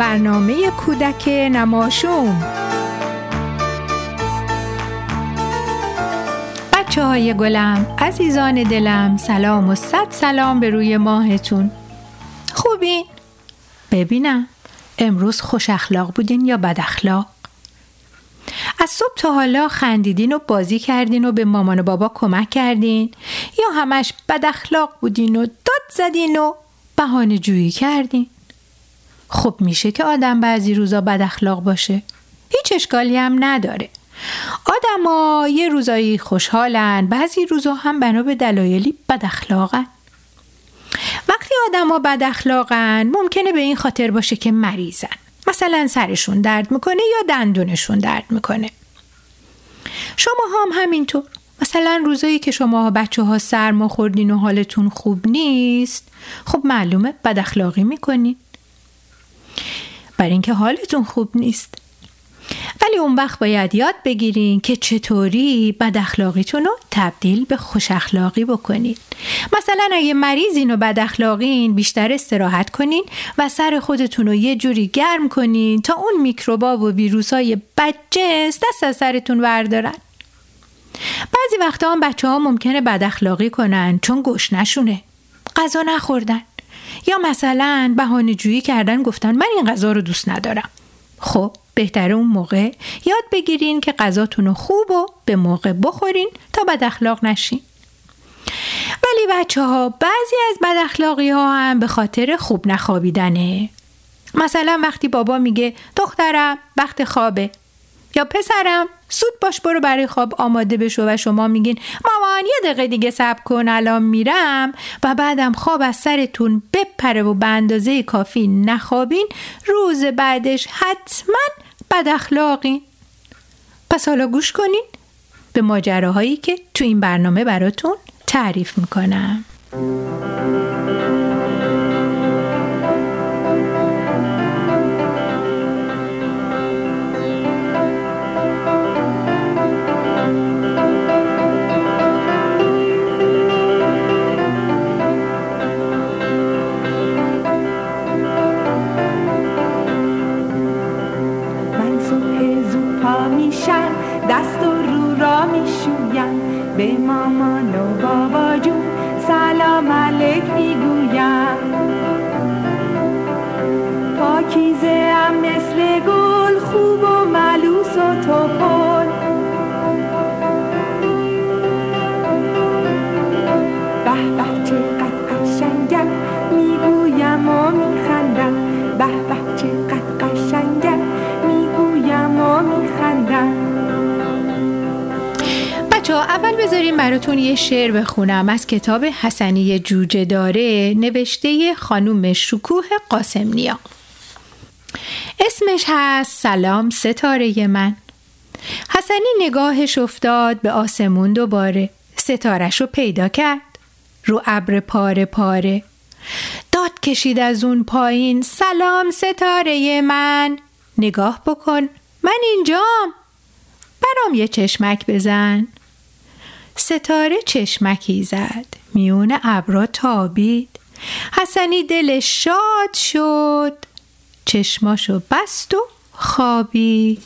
برنامه کودک نماشوم. بچه های گلم، عزیزان دلم، سلام و صد سلام به روی ماهتون. خوبین؟ ببینم امروز خوش اخلاق بودین یا بد اخلاق؟ از صبح تا حالا خندیدین و بازی کردین و به مامان و بابا کمک کردین یا همش بد اخلاق بودین و داد زدین و بهانه جویی کردین؟ خب میشه که آدم بعضی روزا بد اخلاق باشه، هیچ اشکالی هم نداره. آدما یه روزایی خوشحالن، بعضی روزا هم بنا به دلایلی بد اخلاقن. وقتی آدما بد اخلاقن ممکنه به این خاطر باشه که مریضن، مثلا سرشون درد میکنه یا دندونشون درد میکنه. شما هم همینطور، مثلا روزایی که شما بچه ها سرما خوردین و حالتون خوب نیست، خب معلومه بد اخلاقی میکنین برای اینکه حالتون خوب نیست. ولی اون وقت باید یاد بگیرین که چطوری بد اخلاقیتون رو تبدیل به خوش اخلاقی بکنین. مثلا اگه مریضین و بد اخلاقین، بیشتر استراحت کنین و سر خودتون رو یه جوری گرم کنین تا اون میکروبا و ویروسای بدجنس دست از سرتون وردارن. بعضی وقتا هم بچه ها ممکنه بد اخلاقی کنن چون گشنشونه، غذا نخوردن، یا مثلا بهانه جویی کردن، گفتن من این غذا رو دوست ندارم. خب بهتره اون موقع یاد بگیرین که غذاتون رو خوب و به موقع بخورین تا بد اخلاق نشین. ولی بچه ها بعضی از بد اخلاقی ها هم به خاطر خوب نخوابیدنه. مثلا وقتی بابا میگه دخترم وقت خوابه، یا پسرم زود باش برو برای خواب آماده بشو، و شما میگین مامان یه دقیقه دیگه صبر کن الان میرم، و بعدم خواب از سرتون بپره و به اندازه کافی نخوابین، روز بعدش حتما بد اخلاقین. پس حالا گوش کنین به ماجراهایی که تو این برنامه براتون تعریف میکنم. دست و رو را می شویم، به مامان و بابا جون سلام علیک می گویم. پاکیزه ام مثل گل، خوب و ملوس و توپل. به به چقدر قشنگم، می گویم و می خندم. به به چقدر قشنگم، می گویم و می خندم. اول بذاریم براتون یه شعر بخونم از کتاب حسنی جوجه داره نوشته خانم شکوه قاسم نیا. اسمش هست سلام ستاره من. حسنی نگاهش افتاد به آسمون دوباره، ستارش رو پیدا کرد رو ابر پاره پاره. داد کشید از اون پایین، سلام ستاره من، نگاه بکن من اینجام، برام یه چشمک بزن. ستاره چشمکی زد، میون ابرا تابید. حسنی دلش شاد شد، چشماشو بست و خوابید.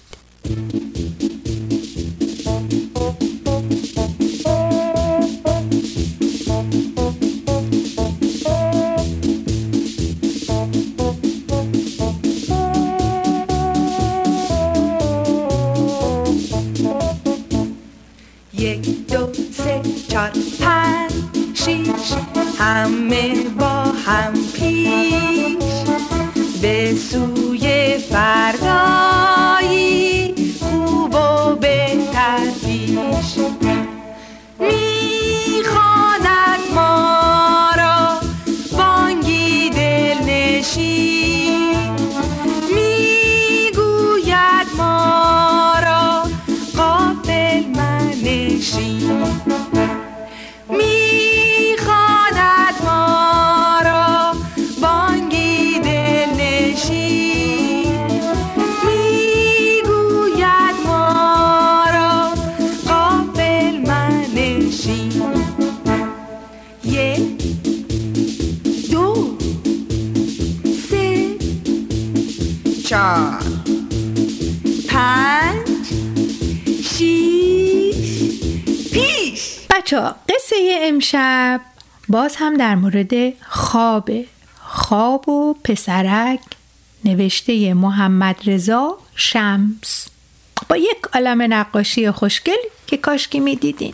یک دو سه چار پنج شیش، همه با هم پیش، به سوی فردایی خوب و بهتر پیش. میخواند ما را بانگی دلنشین، میگوید ما را غافل منشین. میخواند ما را بانگی دلنشین، بچه‌ها قصه امشب باز هم در مورد خواب و پسرک، نوشته محمد رضا شمس با یک عالم نقاشی خوشگل که کاشکی می دیدین.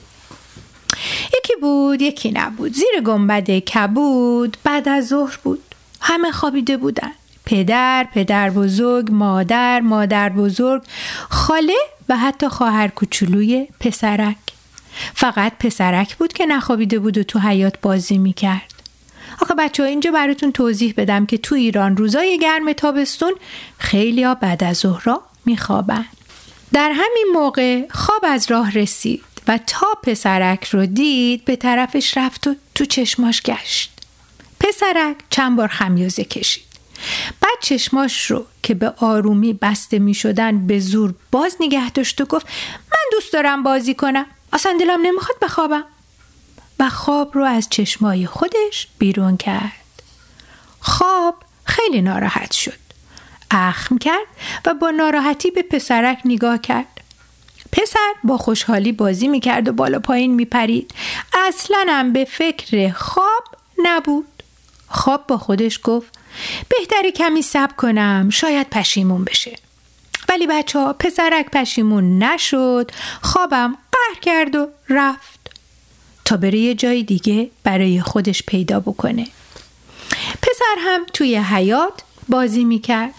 یکی بود یکی نبود. زیر گنبد کبود بعد از ظهر بود. همه خوابیده بودن. پدر بزرگ، مادر بزرگ، خاله و حتی خواهر کوچولوی پسرک. فقط پسرک بود که نخوابیده بود و تو حیاط بازی میکرد. آخه بچه‌ها اینجا براتون توضیح بدم که تو ایران روزای گرم تابستون خیلی ها بعد از ظهرها میخوابن. در همین موقع خواب از راه رسید و تا پسرک رو دید به طرفش رفت و تو چشماش گشت. پسرک چند بار خمیازه کشید. بعد چشماش رو که به آرومی بسته می شدن به زور باز نگه داشت و گفت من دوست دارم بازی کنم، اصلا دلم نمیخواد بخوابم. و خواب رو از چشمای خودش بیرون کرد. خواب خیلی ناراحت شد. اخم کرد و با ناراحتی به پسرک نگاه کرد. پسر با خوشحالی بازی میکرد و بالا پایین میپرید. اصلاً هم به فکر خواب نبود. خواب با خودش گفت بهتری کمی صبر کنم، شاید پشیمون بشه. ولی بچه‌ها پسرک پشیمون نشد. خوابم قهر کرد و رفت تا بره یه جای دیگه برای خودش پیدا بکنه. پسر هم توی حیاط بازی میکرد.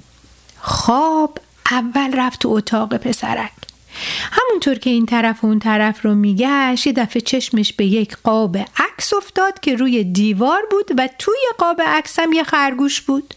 خواب اول رفت تو اتاق پسرک. همونطور که این طرف و اون طرف رو میگشت یه دفعه چشمش به یک قاب عکس افتاد که روی دیوار بود و توی قاب عکس هم یه خرگوش بود.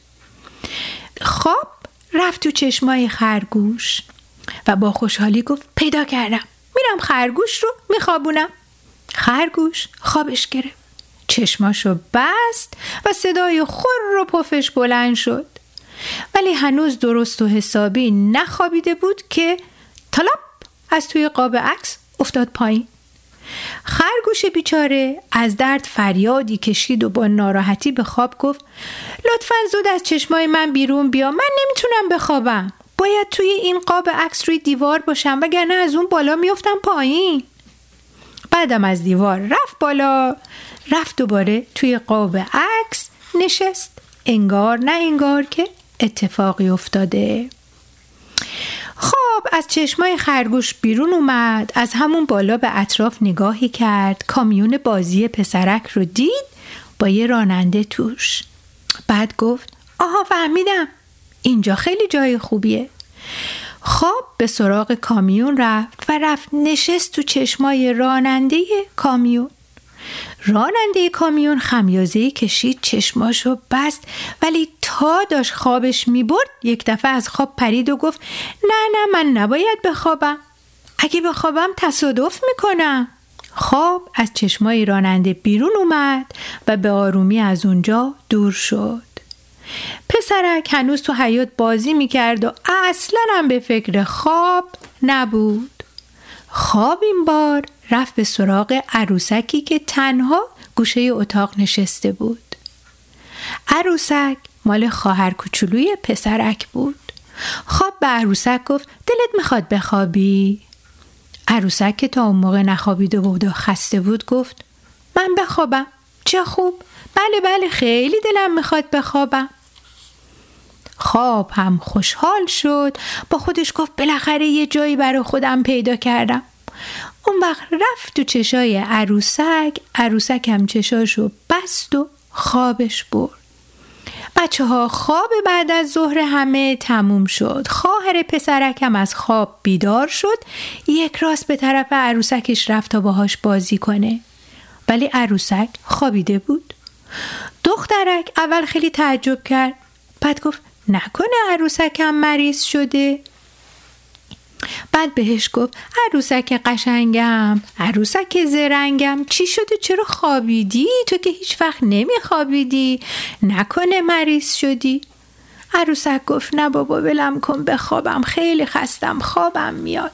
خواب رفت تو چشمای خرگوش و با خوشحالی گفت پیدا کردم، میرم خرگوش رو میخوابونم. خرگوش خوابش گرفت، چشماشو بست و صدای خر و پفش بلند شد. ولی هنوز درست و حسابی نخوابیده بود که طلب از توی قاب عکس افتاد پایین. خرگوش بیچاره از درد فریادی کشید و با ناراحتی به خواب گفت لطفاً زود از چشمای من بیرون بیا، من نمیتونم بخوابم، باید توی این قاب عکس روی دیوار باشم وگرنه از اون بالا میافتم پایین. بعدم از دیوار رفت بالا، رفت دوباره توی قاب عکس نشست. انگار نه انگار که اتفاقی افتاده. خواب از چشمای خرگوش بیرون اومد، از همون بالا به اطراف نگاهی کرد. کامیون بازی پسرک رو دید با یه راننده توش. بعد گفت آها فهمیدم، اینجا خیلی جای خوبیه. خواب به سراغ کامیون رفت نشست تو چشمای راننده کامیون. راننده کامیون خمیازه‌ای کشید، چشماشو بست، ولی تا داشت خوابش میبرد یک دفعه از خواب پرید و گفت نه من نباید بخوابم، اگه بخوابم تصادف میکنم. خواب از چشمای راننده بیرون اومد و به آرومی از اونجا دور شد. پسرک هنوز تو حیاط بازی میکرد و اصلاً هم به فکر خواب نبود. خواب این بار رفت به سراغ عروسکی که تنها گوشه اتاق نشسته بود. عروسک مال خواهر کوچولوی پسرک بود. خواب به عروسک گفت دلت میخواد بخوابی؟ عروسک که تا اون موقع نخوابیده بود و خسته بود گفت من بخوابم؟ چه خوب، بله خیلی دلم میخواد بخوابم. خواب هم خوشحال شد، با خودش گفت بالاخره یه جایی برای خودم پیدا کردم. اون وقت رفت تو چشای عروسک هم چشاشو بست و خوابش برد. بچه‌ها خواب بعد از ظهر همه تموم شد. خواهر پسرک هم از خواب بیدار شد، یک راست به طرف عروسکش رفت تا باهاش بازی کنه، ولی عروسک خوابیده بود. دخترک اول خیلی تعجب کرد، بعد گفت نکنه عروسکم مریض شده؟ بعد بهش گفت عروسک قشنگم، عروسک زرنگم، چی شده؟ چرا خوابیدی؟ تو که هیچ وقت نمیخوابیدی، نکنه مریض شدی؟ عروسک گفت نه بابا ولم کن بخوابم، خیلی خستم، خوابم میاد.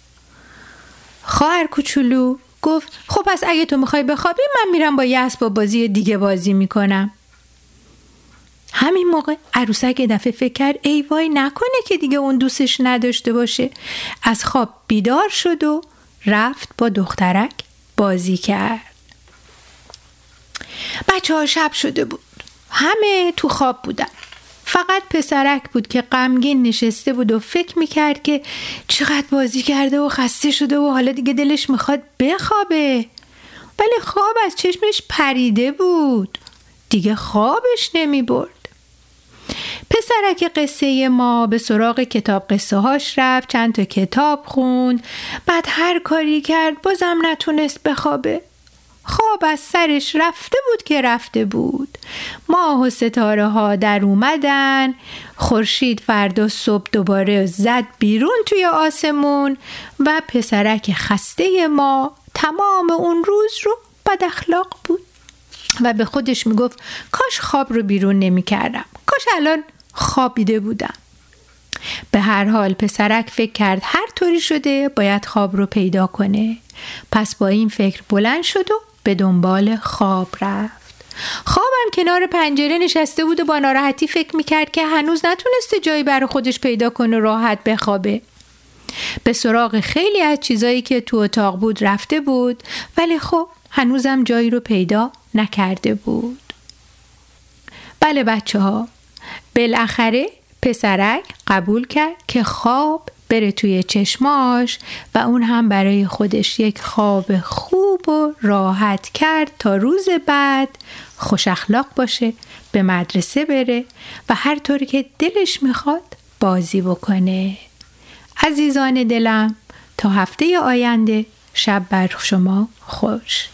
خواهر کوچولو گفت خب پس اگه تو میخوای بخوابی من میرم با یه اسباب بازی دیگه بازی میکنم. همین موقع عروسک یه دفعه فکر کرد ای وای نکنه که دیگه اون دوستش نداشته باشه. از خواب بیدار شد و رفت با دخترک بازی کرد. بچه‌ها شب شده بود. همه تو خواب بودن. فقط پسرک بود که غمگین نشسته بود و فکر میکرد که چقدر بازی کرده و خسته شده و حالا دیگه دلش میخواد بخوابه. ولی خواب از چشمش پریده بود. دیگه خوابش نمیبرد. پسرک قصه ما به سراغ کتاب قصه هاش رفت، چند تا کتاب خوند، بعد هر کاری کرد بازم نتونست بخوابه. خواب از سرش رفته بود که رفته بود. ماه و ستاره ها در اومدن، خورشید فردا صبح دوباره زد بیرون توی آسمون و پسرک خسته ما تمام اون روز رو بد اخلاق بود و به خودش میگفت کاش خواب رو بیرون نمی کردم، کاش الان خوابیده بودم. به هر حال پسرک فکر کرد هر طوری شده باید خواب رو پیدا کنه. پس با این فکر بلند شد و به دنبال خواب رفت. خوابم کنار پنجره نشسته بود و با ناراحتی فکر میکرد که هنوز نتونسته جایی برای خودش پیدا کنه و راحت بخوابه. به سراغ خیلی از چیزایی که تو اتاق بود رفته بود، ولی خب هنوزم جایی رو پیدا نکرده بود. بله بچه ها، بالاخره پسرک قبول کرد که خواب بره توی چشماش و اون هم برای خودش یک خواب خوب و راحت کرد تا روز بعد خوش اخلاق باشه، به مدرسه بره و هر طوری که دلش میخواد بازی بکنه. عزیزان دلم، تا هفته آینده شب بر شما خوش.